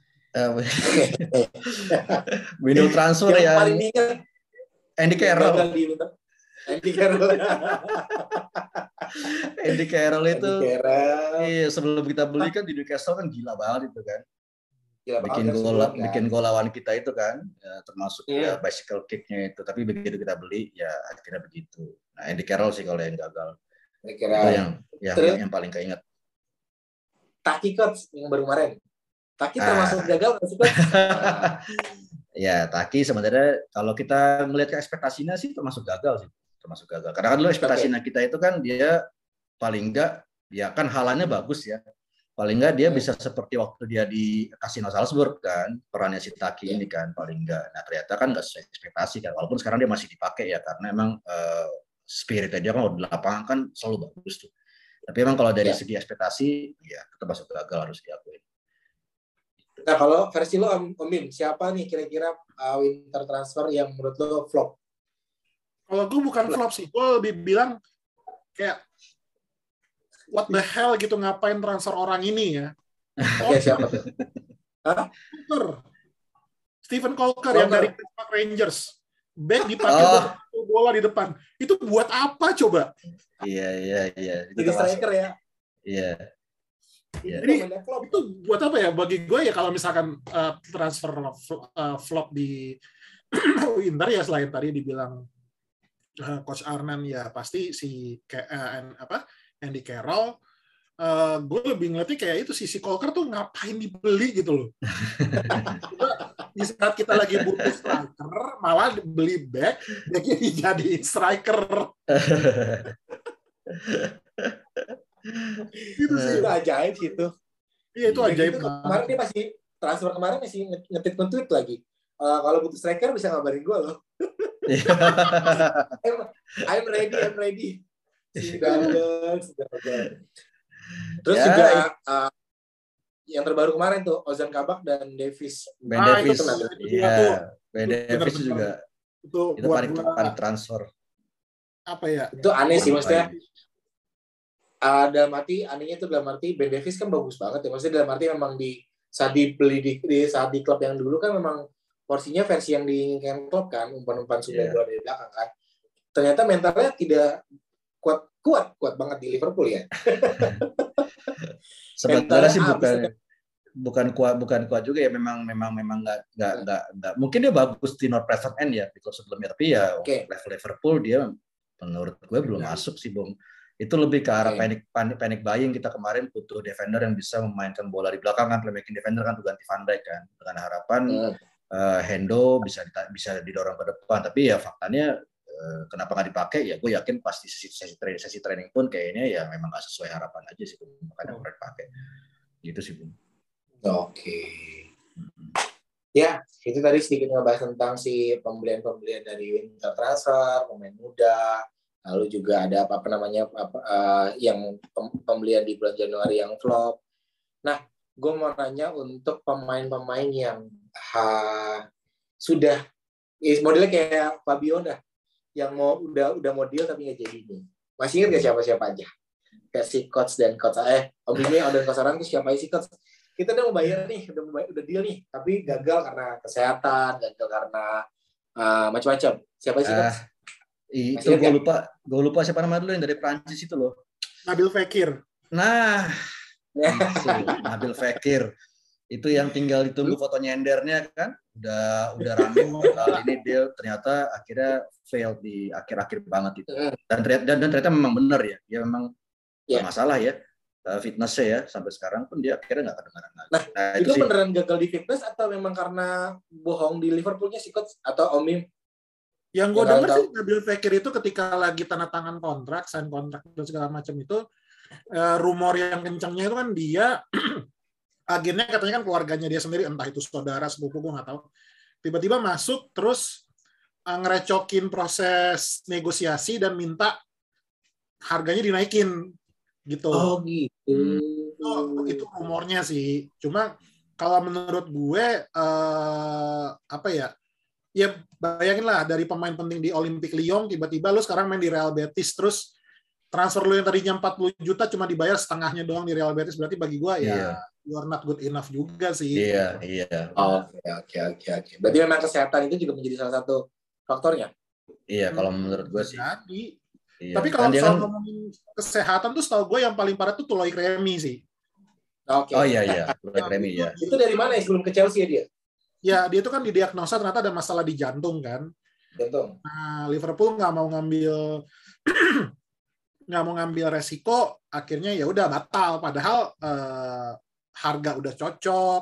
Window transfer yang paling ingat Andy Carroll. Andy Carroll itu iya, sebelum kita beli kan di Newcastle kan gila banget itu kan. Bikin gol lawan kita itu kan, ya, termasuk ya bicycle kick-nya itu. Tapi begitu kita beli ya akhirnya begitu. Nah, Andy Carroll sih kalau yang gagal. Itu yang paling keinget. Taki, Coach, yang baru kemarin. Taki termasuk gagal nggak sih, Coach? Ya, Taki sebenarnya kalau kita melihat ke ekspektasinya sih termasuk gagal sih. Karena kan dulu ekspektasinya kita itu kan dia paling enggak, ya kan halannya bagus ya. Paling enggak dia bisa seperti waktu dia di Casino Salzburg kan, perannya si Taki ini kan paling enggak. Nah, ternyata kan enggak sesuai ekspektasi kan. Walaupun sekarang dia masih dipakai ya karena emang spiritnya dia kan di lapangan kan selalu bagus tuh. Tapi emang kalau dari segi ekspektasi ya tetap masuk gagal, harus diakui. Nah, kalau versi lo, Om Bim, siapa nih kira-kira winter transfer yang menurut lo flop? Kalau gue bukan flop sih, gue lebih bilang kayak what the hell gitu, ngapain transfer orang ini ya? Siapa tuh? Stephen Colker yang dari Rangers. Back dipakai bola di depan. Itu buat apa coba? Iya. Jadi striker ya. Iya. Jadi itu buat apa ya? Bagi gue ya kalau misalkan transfer flop di Inter ya, selain tadi dibilang Coach Arnan, ya pasti si Andy Carroll. Gue lebih ngeliatnya kayak itu si Kolker tuh ngapain dibeli gitu loh. Di saat kita lagi butuh striker, malah beli back dijadiin striker. Itu sih itu ajaib sih itu. Iya itu ajaib. Gitu, kemarin dia masih transfer kemarin masih nge-tweet lagi. Kalau butuh striker bisa ngabarin gue loh. I'm ready. Terus juga yang terbaru kemarin tuh Ozan Kabak dan Davis. Ben Davis. Iya. Ben Davis juga. Itu paling transfer. Apa ya? Itu aneh sih maksudnya. Dalam arti anehnya itu dalam arti Ben Davis kan bagus banget ya. Maksudnya dalam arti memang saat dibeli saat di klub yang dulu kan memang porsinya versi yang diinginkan klub kan, umpan-umpan sudah bola dari belakang kan. Ternyata mentalnya tidak kuat banget di Liverpool ya. Sebenarnya sih bukan kuat juga ya, memang nggak mungkin dia bagus di North End ya di klub sebelumnya, tapi ya level Liverpool dia menurut gue belum masuk sih, Bung. Itu lebih ke arah panic buying. Kita kemarin butuh defender yang bisa memainkan bola di belakang kan, playmaking defender kan, ganti Van Dijk kan, dengan harapan Hendo bisa didorong ke depan. Tapi ya faktanya kenapa nggak dipakai ya, gue yakin pasti sesi training pun kayaknya ya memang nggak sesuai harapan aja sih, makanya mereka pakai gitu sih, Bung. Oke. Ya, itu tadi sedikit ngebahas tentang si pembelian dari winter transfer, pemain muda, lalu juga ada yang pembelian di bulan Januari yang flop. Nah, gue mau nanya untuk pemain-pemain yang sudah modelnya kayak Fabio dah, yang udah model tapi nggak jadi nih. Masih ingat nggak siapa aja? Kayak si Coach dan Coach Om Bimi dan Coach Aran, siapa sih Coach? Kita udah mau bayar nih, udah deal nih, tapi gagal karena kesehatan, gagal karena macam-macam. Siapa sih Coach? Itu gue lupa siapa nama dulu yang dari Prancis itu loh. Nabil Fekir. Nah, itu Nabil Fekir. Itu yang tinggal ditunggu foto nyendernya kan, udah rame kali ini dia ternyata akhirnya fail di akhir-akhir banget itu. Dan ternyata memang benar ya, dia memang masalah ya fitnessnya ya, sampai sekarang pun dia akhirnya nggak kedengaran lagi. Nah itu beneran gagal di fitness atau memang karena bohong di Liverpoolnya sih Coach atau Om Bim? Yang gue dengar sih Nabil Fekir itu ketika lagi tanda tangan kontrak, sign kontrak dan segala macam itu, rumor yang kencangnya itu kan dia agennya katanya kan keluarganya dia sendiri, entah itu saudara, sepupu, gue nggak tahu. Tiba-tiba masuk terus ngerecokin proses negosiasi dan minta harganya dinaikin gitu. Oh gitu. Itu rumornya sih. Cuma kalau menurut gue ya bayangin lah, dari pemain penting di Olympique Lyon tiba-tiba lu sekarang main di Real Betis, terus transfer lu yang tadinya 40 juta cuma dibayar setengahnya doang di Real Betis, berarti bagi gue ya you are not good enough juga sih. Iya. Oke. Berarti memang kesehatan itu juga menjadi salah satu faktornya. Iya, kalau menurut gue sih. Jadi. Iya. Tapi kalau soal ngomongin kesehatan tuh setahu gue yang paling parah tuh Tuloy Kremi sih. Oke. Oh iya, Tuloy Kremi ya. Itu dari mana ya, sebelum ke Chelsea ya dia? Ya, dia itu kan didiagnosa ternyata ada masalah di jantung kan. Jantung. Nah, Liverpool nggak mau ngambil resiko, akhirnya ya udah batal. Padahal harga udah cocok,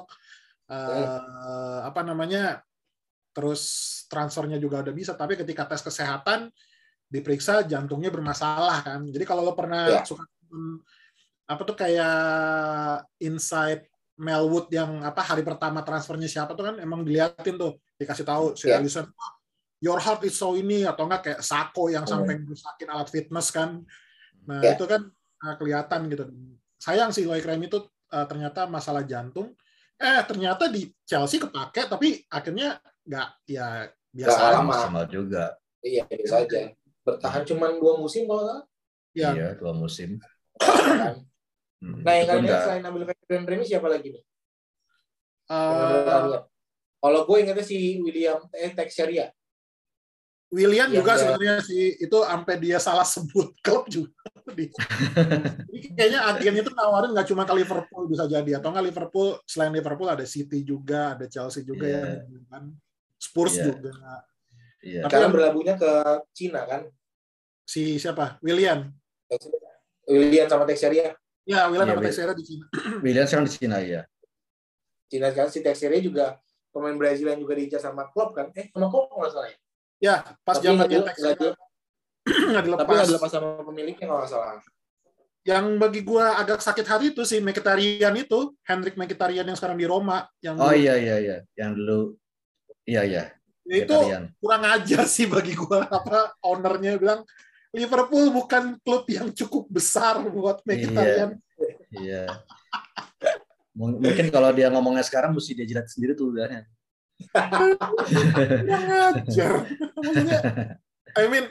terus transfernya juga udah bisa. Tapi ketika tes kesehatan diperiksa jantungnya bermasalah kan. Jadi kalau lo pernah suka kayak Inside Melwood yang hari pertama transfernya siapa tuh kan, emang diliatin tuh, dikasih tahu si Alisson, your heart is so ini, atau enggak kayak Sako yang sampai merusakin alat fitness kan. Nah itu kan kelihatan gitu. Sayang sih Loic Remy itu ternyata masalah jantung. Ternyata di Chelsea kepake, tapi akhirnya nggak, ya biasa maksimal juga. Iya, biasa aja. Bertahan cuma 2 musim kalau nggak? Iya, 2 musim. Nah, yang kalian selain Nabil Fekir dan Remy siapa lagi nih? Kalau gue ingatnya si William Teixeira. Willian juga sebenarnya sih itu sampai dia salah sebut klub juga. Jadi kayaknya agennya tuh nawarin nggak cuma ke Liverpool bisa jadi, atau nggak Liverpool, selain Liverpool ada City juga, ada Chelsea juga yang kan, Spurs juga. Sekarang berlabuhnya ke Cina kan? Si siapa? Willian sama Teixeira. Ya, Willian sama Teixeira di Cina. Willian sekarang di Cina ya. Cina sekarang si Teixeira juga pemain Brazil yang juga diincar sama klub kan? Sama klub nggak salah ya? Ya, pas zamannya Teixeira nggak dilepas. Tapi nggak dilepas sama pemiliknya kalau nggak salah. Yang bagi gue agak sakit hati itu si Mkhitaryan itu, Henrik Mkhitaryan yang sekarang di Roma. Yang iya, yang dulu. Iya. Itu kurang ajar sih bagi gue. Apa ownernya bilang Liverpool bukan klub yang cukup besar buat Mkhitaryan. Iya. Mungkin kalau dia ngomongnya sekarang mesti dia jilat sendiri tuh udahnya. Kurang ajar. Maksudnya, I mean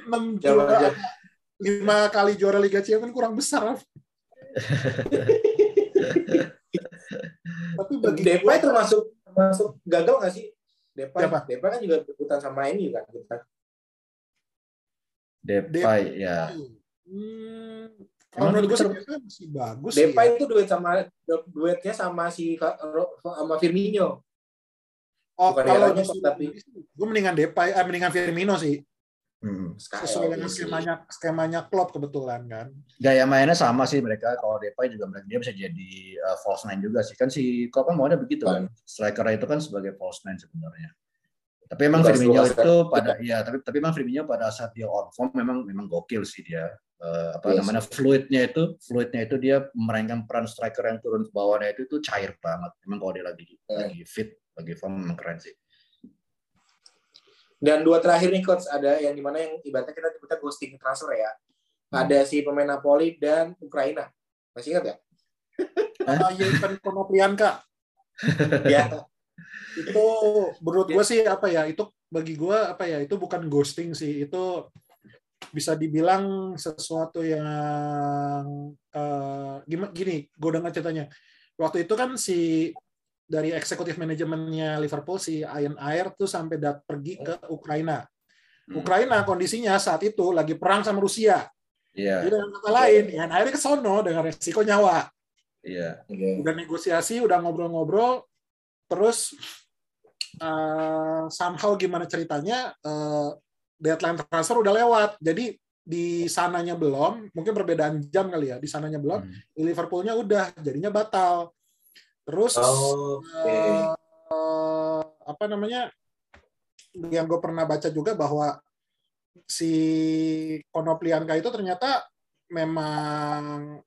5 kali juara Liga Champions kurang besar. Tapi bagi Depay termasuk gagal nggak sih? Depay kan juga ikutan sama ini kan kita. Depay ya. Kalau menurut gue masih bagus. Depay itu duetnya sama Firmino. Oh, kalau tapi gue mendingan Depay, mendingan Firmino sih. Sesuai dengan skemanya Klopp kebetulan kan. Gaya mainnya sama sih mereka. Kalau Depay juga dia bisa jadi false nine juga sih. Kan si Klopp kan maunya begitu kan. Striker itu kan sebagai false nine sebenarnya. Tapi emang Firmino itu tapi emang Firmino pada saat dia on form memang gokil sih dia. Fluidnya itu dia memainkan peran striker yang turun ke bawahnya itu cair banget. Emang kalau dia lagi fit, lagi form memang keren sih. Dan 2 terakhir nih coach, ada yang dimana yang ibaratnya kita ghosting transfer ya. Ada si pemain Napoli dan Ukraina. Masih ingat ya? Yevgeny Konoplyanka. Ya. Itu menurut gue sih itu bagi gue itu bukan ghosting sih, itu bisa dibilang sesuatu yang gini, gue dengar ceritanya. Waktu itu kan dari eksekutif manajemennya Liverpool si Ian Ayre tuh sampai pergi ke Ukraina. Ukraina kondisinya saat itu lagi perang sama Rusia. Jadi dengan kata lain, Ian Ayre ke sono dengan resiko nyawa. Udah negosiasi, udah ngobrol-ngobrol, terus somehow gimana ceritanya deadline transfer udah lewat. Jadi di sananya belum, mungkin perbedaan jam kali ya, di sananya belum, di Liverpoolnya udah, jadinya batal. Terus yang gue pernah baca juga bahwa si Konoplyanka itu ternyata memang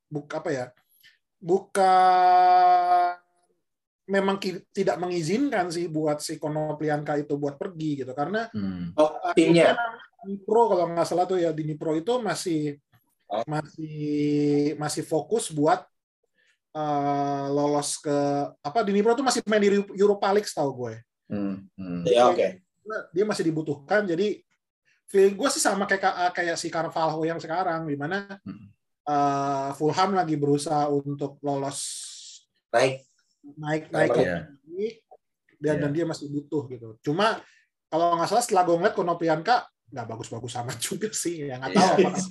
memang tidak mengizinkan sih buat si Konoplyanka itu buat pergi gitu, karena timnya Dnipro kalau nggak salah tuh ya, di Dnipro itu masih fokus buat lolos ke Dnipro itu masih main di Europa League setahu gue. Ya oke. Dia masih dibutuhkan, jadi feeling gue sih sama kayak si Carvalho yang sekarang, di mana Fulham lagi berusaha untuk lolos naik dan dia masih butuh gitu. Cuma kalau nggak salah setelah gue ngeliat Konoplyanka nggak bagus-bagus amat juga sih, ya nggak tahu apakah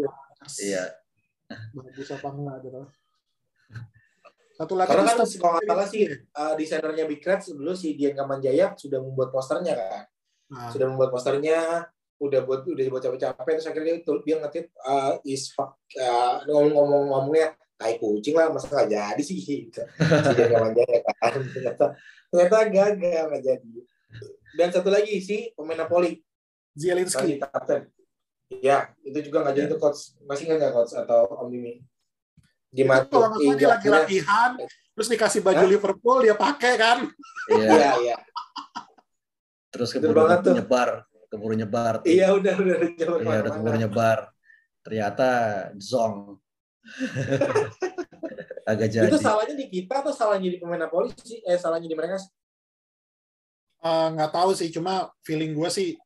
bagus apa enggak gitu. Satu lagi karena kan kalau nggak salah sih desainernya Big Reds dulu si Dian Kamanjaya sudah membuat posternya kan. Sudah membuat posternya, udah dibuat capek-capek, terus akhirnya dia nge-tweet ngomongnya kayak kucing lah, masa nggak jadi sih gitu. Si Dian Kamanjaya kan ternyata gagal nggak jadi. Dan satu lagi si pemain Napoli Zielinski. Ya itu juga nggak jadi tuh coach. Masih nggak coach atau Om Dimi? Kalau nggak salah dia lagi latihan, terus dikasih baju Liverpool dia pakai kan? Iya. Terus keburu nyebar. Iya udah keburu nyebar. Ternyata zong. Agak jadi. Itu salahnya di kita atau salahnya di pemain Napoli sih? Salahnya di mereka? Nggak tahu sih, cuma feeling gue sih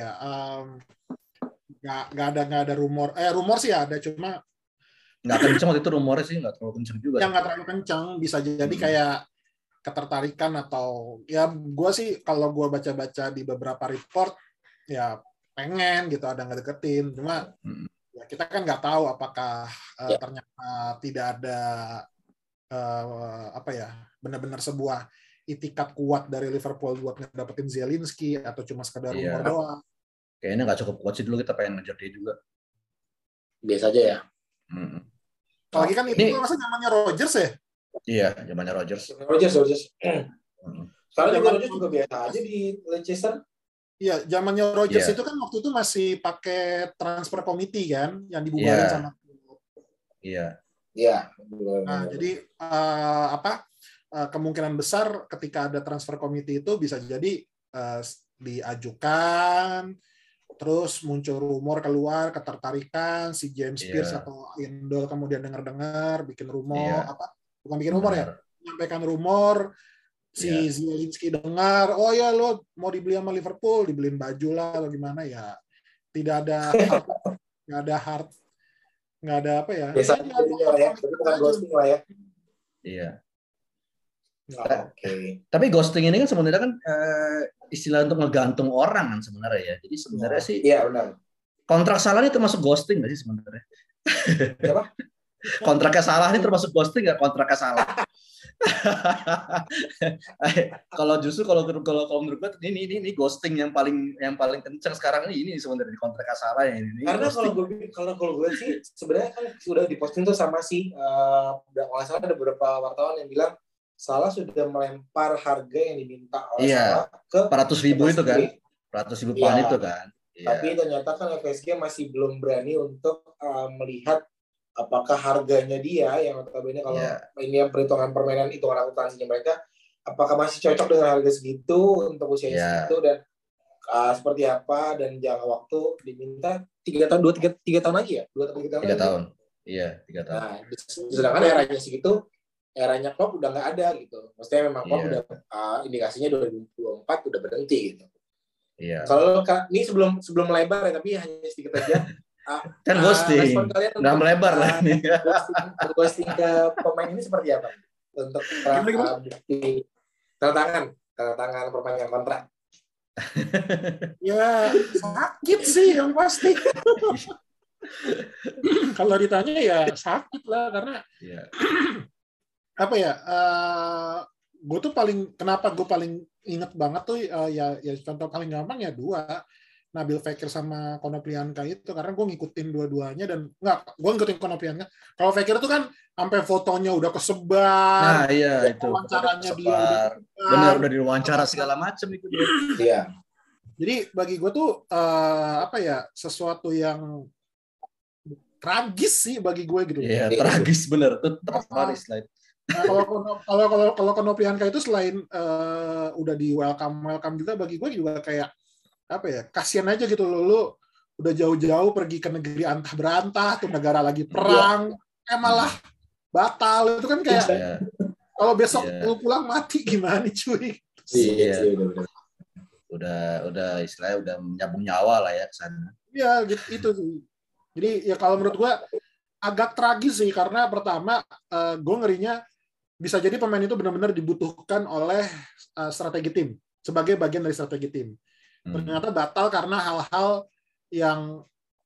nggak ada rumor. Rumor sih ada, cuma nggak kenceng waktu itu rumornya sih, nggak terlalu kenceng juga. Yang nggak terlalu kenceng, bisa jadi kayak ketertarikan atau ya gue sih kalau gue baca-baca di beberapa report ya pengen gitu, ada nggak deketin. Cuma ya kita kan nggak tahu apakah ternyata tidak ada apa ya, benar-benar sebuah itikat kuat dari Liverpool buat ngedapetin Zielinski atau cuma sekedar rumor doang. Kayaknya nggak cukup kuat sih, dulu kita pengen ngejar dia juga. Biasa aja ya. Apalagi kan itu masa zamannya Rodgers ya? Iya, zamannya Rodgers. Sekarang juga Rodgers juga biasa aja di Leicester. Iya, zamannya Rodgers itu kan waktu itu masih pakai transfer committee kan, yang dibubarin sama. Iya. Nah, jadi kemungkinan besar ketika ada transfer committee itu bisa jadi diajukan, terus muncul rumor keluar, ketertarikan si James Pearce atau Indol kemudian dengar-dengar bikin rumor bukan bikin rumor ya, menyampaikan rumor. Si Zielinski dengar, oh ya lo mau dibeli sama Liverpool, dibeliin baju lah atau gimana ya. Tidak ada nggak ada apa ya. Biasa jadinya lah ya, tapi bukan ghosting lah ya. Iya. Tapi ghosting ini kan sebenarnya kan istilah untuk ngegantung orang kan sebenarnya ya. Jadi sebenarnya sih. Iya benar. Kontrak salah ini termasuk ghosting nggak sih sebenarnya? Siapa? Kontraknya salah ini termasuk ghosting nggak? Kontraknya salah. Kalau menurut gue ini ghosting yang paling kencang sekarang ini sebenarnya, kontrak salah ya ini. Karena kalau gue sih sebenarnya kan sudah diposting tuh sama nggak salah ada beberapa wartawan yang bilang Salah sudah melempar harga yang diminta oleh Salah ke 400.000 itu kan, 400.000 pound itu kan. Tapi ternyata kan FSG masih belum berani untuk melihat apakah harganya dia yang notabene kalau ini yang perhitungan permainan hitungan akuntansinya mereka, apakah masih cocok dengan harga segitu untuk usia segitu dan seperti apa, dan jangka waktu diminta 3 tahun 3 tahun lagi ya 3 tahun. Iya 3 tahun. Nah, sedangkan eranya segitu, eranya Klopp udah nggak ada gitu. Maksudnya memang Klopp udah indikasinya 2024 udah berhenti gitu. Iya. Kalau ini sebelum melebar ya, tapi hanya sedikit aja. Kan ghosting, nggak melebar lah ini. Ghosting ke pemain ini seperti apa? Untuk bukti tanda tangan perpanjangan kontrak. Ya sakit sih yang pasti. Kalau ditanya ya sakit lah, karena apa ya? Gue tuh kenapa gue paling inget banget tuh ya contoh paling gampang ya 2. Nabil Fekir sama Konoplyanka itu, karena gue ngikutin dua-duanya dan gue ngikutin Konoplyanka. Kalau Fekir itu kan sampai fotonya udah kesebar. Nah iya itu. Wawancaranya dia udah diwawancara segala macam itu dia. Iya. Jadi bagi gue tuh apa ya, sesuatu yang tragis sih bagi gue gitu. Iya tragis bener tuh, tepat slide. Nah, kalau Konoplyanka itu selain udah di welcome juga, bagi gue juga kayak apa ya, kasihan aja gitu lo udah jauh-jauh pergi ke negeri antah berantah tuh, negara lagi perang, malah batal. Itu kan kayak kalau besok lu pulang mati gimana cuy? Iya. Udah istilahnya udah menyambung nyawa lah ya ke sana. Iya gitu sih. Jadi ya kalau menurut gue agak tragis sih, karena pertama gue ngerinya bisa jadi pemain itu benar-benar dibutuhkan oleh strategi tim, sebagai bagian dari strategi tim. Ternyata batal karena hal-hal yang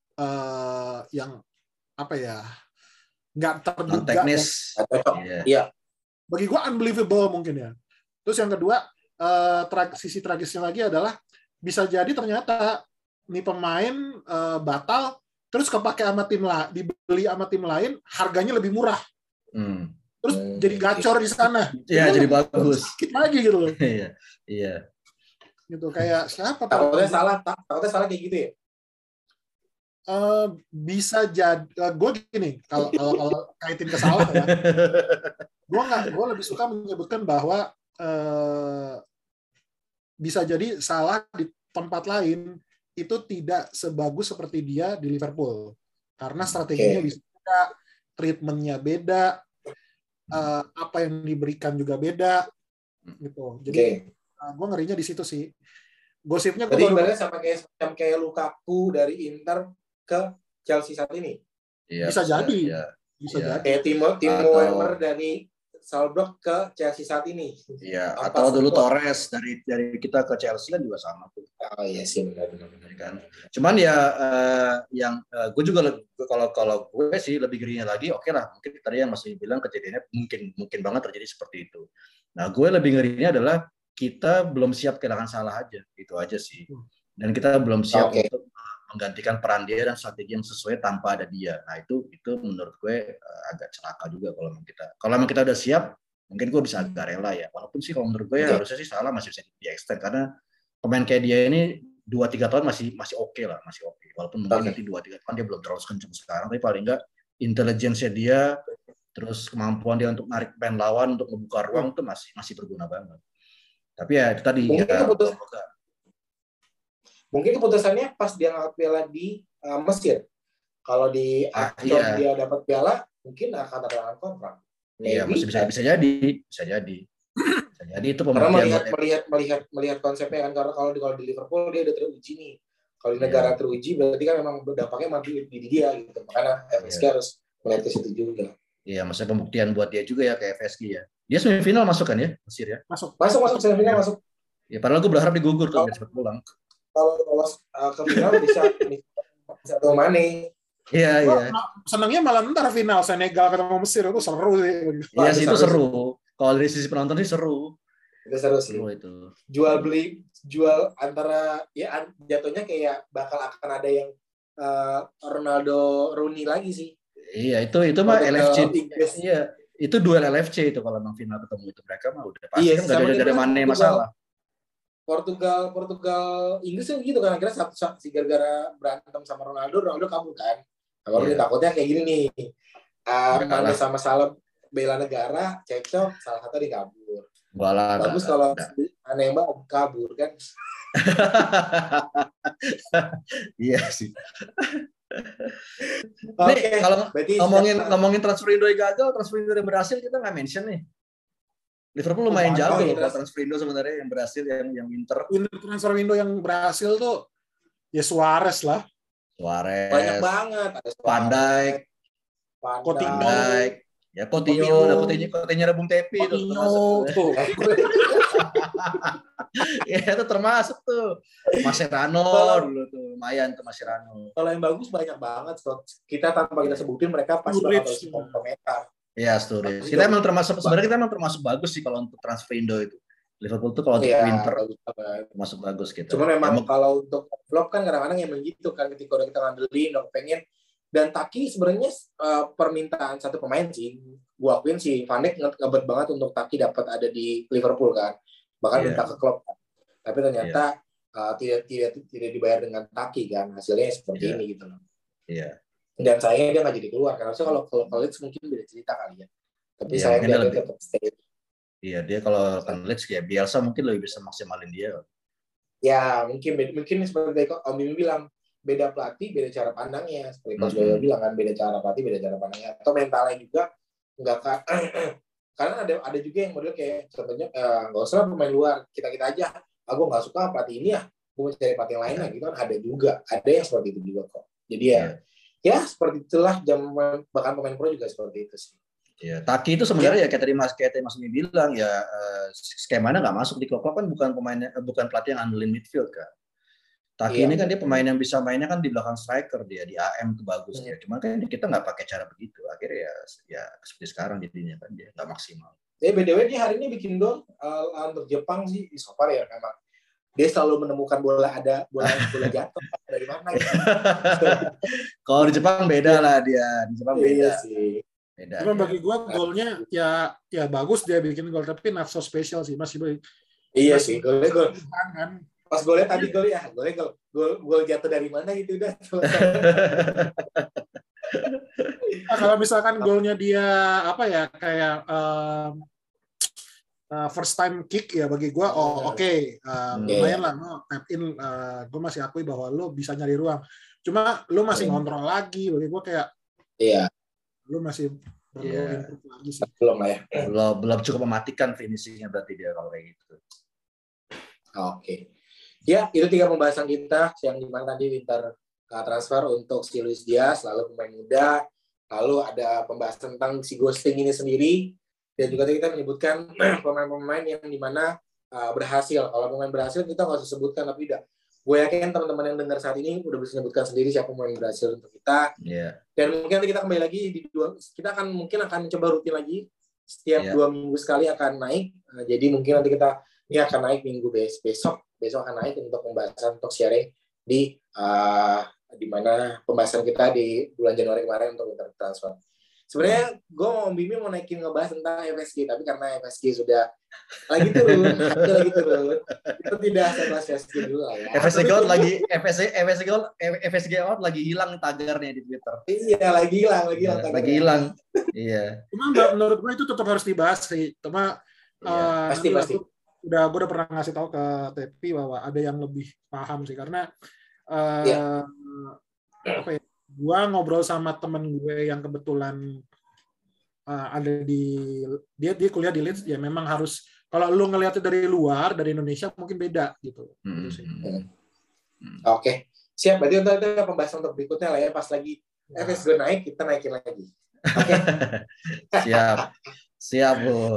apa ya, nggak terduga, teknis. Iya. Bagi gue unbelievable mungkin ya. Terus yang kedua, sisi tragisnya lagi adalah bisa jadi ternyata nih pemain batal terus kepake sama dibeli sama tim lain, harganya lebih murah. Terus jadi gacor di sana. Iya, jadi bagus. Sakit lagi gitu loh. Iya. Gitu kayak siapa? Takutnya salah kayak gitu ya. Bisa jadi. Gue gini, kalau kaitin ke Salah ya, gue lebih suka menyebutkan bahwa bisa jadi Salah di tempat lain itu tidak sebagus seperti dia di Liverpool, karena strateginya bisa beda, treatmentnya beda, apa yang diberikan juga beda, gitu. Jadi gue ngerinya di situ sih. Gosipnya gue ibaratnya sama kayak Lukaku dari Inter ke Chelsea saat ini. Iya, bisa jadi. Bisa jadi. Kayak Timo Werner dari Salzburg ke Chelsea saat ini. Iya, atau dulu Torres dari kita ke Chelsea kan juga sama tuh. Oh iya sih, benar. kan. Cuman ya yang gue juga kalau gue sih lebih ngerinya lagi, oke lah, mungkin tadi yang masih bilang kejadiannya mungkin banget terjadi seperti itu. Nah, gue lebih ngerinya adalah kita belum siap kehilangan Salah aja, itu aja sih. Dan kita belum siap untuk menggantikan peran dia dan strategi yang sesuai tanpa ada dia. Nah, itu menurut gue agak celaka juga kalau memang kita udah siap, mungkin gue bisa agak rela ya. Walaupun sih kalau menurut gue harusnya sih Salah masih bisa di-extend, karena pemain kayak dia ini 2-3 tahun masih oke lah, masih oke. Walaupun mungkin nanti 2-3 tahun dia belum terlalu kencang sekarang, tapi paling enggak intelijensinya dia, terus kemampuan dia untuk narik pemain lawan untuk membuka ruang itu masih berguna banget. Tapi ya itu tadi mungkin keputusannya pas dia ngangkat piala di Mesir. Kalau di dia dapat piala, mungkin akan ada kontrak. Iya, masih bisa jadi. Jadi itu pembuktian. Karena melihat konsepnya kan, karena kalau di Liverpool dia udah teruji nih. Kalau di negara teruji berarti kan memang dampaknya mati di dia gitu. Makanya FSG harus melihat ke situ juga. Iya, maksudnya pembuktian buat dia juga ya kayak FSG ya. Dia semifinal masuk kan ya, Mesir ya? Masuk semifinal masuk. Ya padahal gue berharap digugur tuh biar cepat pulang. Kalau lolos ke final bisa tuh Mane. Iya. Senangnya malah ntar final Senegal ketemu Mesir itu seru sih. Iya sih itu seru. Kalau dari sisi penonton sih seru. Itu seru sih. Itu. Jual antara ya jatuhnya kayak bakal akan ada yang Ronaldo Rooney lagi sih. Iya itu mah LFC. Iya itu duel LFC itu kalau memang final ketemu itu mereka mah udah pasti kan nggak ada Mane masalah. Portugal Inggris kan gitu kan, akhirnya si gara-gara berantem sama Ronaldo kabur kan. Kalau takutnya kayak gini nih, Mane sama Salah bela negara, cekcok, salah satu dikabur. Bagus kalau Mane yang kabur kan. Iya sih. Nih kalau ngomongin transfer Indo yang gagal, transfer Indo yang berhasil kita nggak mention nih. Liverpool lumayan jago loh kalau transfer Indo sebenarnya yang berhasil yang winter transfer Indo yang berhasil tuh ya Suarez lah. Banyak banget. Ada Van Dijk. Ya Coutinho Bung Tepi itu termasuk. Ya itu termasuk tuh. Mascherano dulu tuh lumayan tuh Mascherano. Kalau yang bagus banyak banget. Kita tanpa kita sebutin mereka pasti bakal komentar. Iya, Sturridge. Kita emang termasuk bagus sih kalau untuk transfer Indo itu. Liverpool tuh kalau untuk winter termasuk bagus gitu. Cuma memang kalau untuk flop kan kadang-kadang emang gitu kan, ketika udah kita ngandelin, udah pengen. Dan Taki sebenarnya permintaan satu pemain sih. Gua akuin sih Van Dijk ngebet banget untuk Taki dapat ada di Liverpool kan. Bahkan minta ke klub kan. Tapi ternyata tidak dibayar dengan Taki kan. Hasilnya seperti ini gitu loh. Iya. Dan sayangnya dia nggak jadi keluar karena kalau Leeds mungkin beda cerita kali ya. Tapi sayangnya dia tetap stay. Iya, dia kalau Leeds ya Bielsa mungkin lebih bisa maksimalin dia. Ya mungkin seperti Om Bimi bilang, beda pelatih beda cara pandangnya. Seperti Coach Boyo bilang kan, beda cara pelatih beda cara pandangnya. Atau mentalnya juga nggak karena ada juga yang model kayak contohnya nggak usah pemain luar, kita aja. Aku nggak suka pelatih ini ya, gue mau cari pelatih lain lah gitu kan. Ada yang seperti itu juga kok. Jadi ya seperti itulah bahkan pemain pro juga seperti itu sih. Ya, Taki itu sebenarnya ya kayak tadi Mas Mimi bilang ya skemanya nggak masuk di klub kan bukan pelatih yang andelin midfield kan. Taki ini kan dia pemain yang bisa mainnya kan di belakang striker dia di AM itu bagus dia. Cuma kan kita nggak pakai cara begitu. Akhirnya ya seperti sekarang jadinya kan dia nggak maksimal. BTW dia hari ini bikin gol untuk Jepang sih di Sopar ya memang. Dia selalu menemukan bola jatuh dari mana gitu. Kalau di Jepang beda lah dia. Di Jepang beda. Iya sih. Beda. Cuma bagi gue golnya ya bagus dia bikin gol, tapi not so special sih, masih baik. Iya sih, gol. Pas golnya tadi gol jatuh dari mana gitu udah. Kalau misalkan golnya dia apa ya kayak first time kick ya bagi gue lumayan lah tap in, gue masih akui bahwa lo bisa nyari ruang, cuma lo masih ngontrol lagi bagi gue kayak lo masih perlu improve lagi sih. Belum lah ya, belum cukup mematikan finishingnya berarti dia kalau kayak gitu. Ya itu 3 pembahasan kita yang dimana tadi winter transfer untuk si Luis Diaz, lalu pemain muda, lalu ada pembahasan tentang si ghosting ini sendiri. Dan juga kita menyebutkan pemain-pemain yang dimana berhasil. Kalau pemain berhasil kita nggak usah sebutkan, tapi gue yakin teman-teman yang dengar saat ini udah bisa menyebutkan sendiri siapa pemain berhasil untuk kita. Dan mungkin nanti kita kembali lagi kita mungkin akan coba rutin lagi setiap 2 minggu sekali akan naik. Jadi mungkin nanti kita ini akan naik minggu besok akan naik untuk pembahasan, untuk sharing di mana pembahasan kita di bulan Januari kemarin untuk winter transfer. Sebenarnya gue mau Bimi mau naikin ngebahas tentang FSG, tapi karena FSG sudah lagi turun, itu tidak saya bahas FSG dulu lah ya. FSG out lagi hilang tagarnya di Twitter. Iya, lagi hilang. Iya. Cuma menurut gue itu tetap harus dibahas sih. Cuma pasti. Gue udah pernah ngasih tahu ke Tepi bahwa ada yang lebih paham sih, karena gue ngobrol sama temen gue yang kebetulan ada dia kuliah di Leeds, ya memang harus, kalau lu ngelihatnya dari luar, dari Indonesia mungkin beda gitu. Oke. Siap, berarti untuk itu pembahasan untuk berikutnya lah ya, pas lagi FSG naik, kita naikin lagi. Oke. Siap, Bu.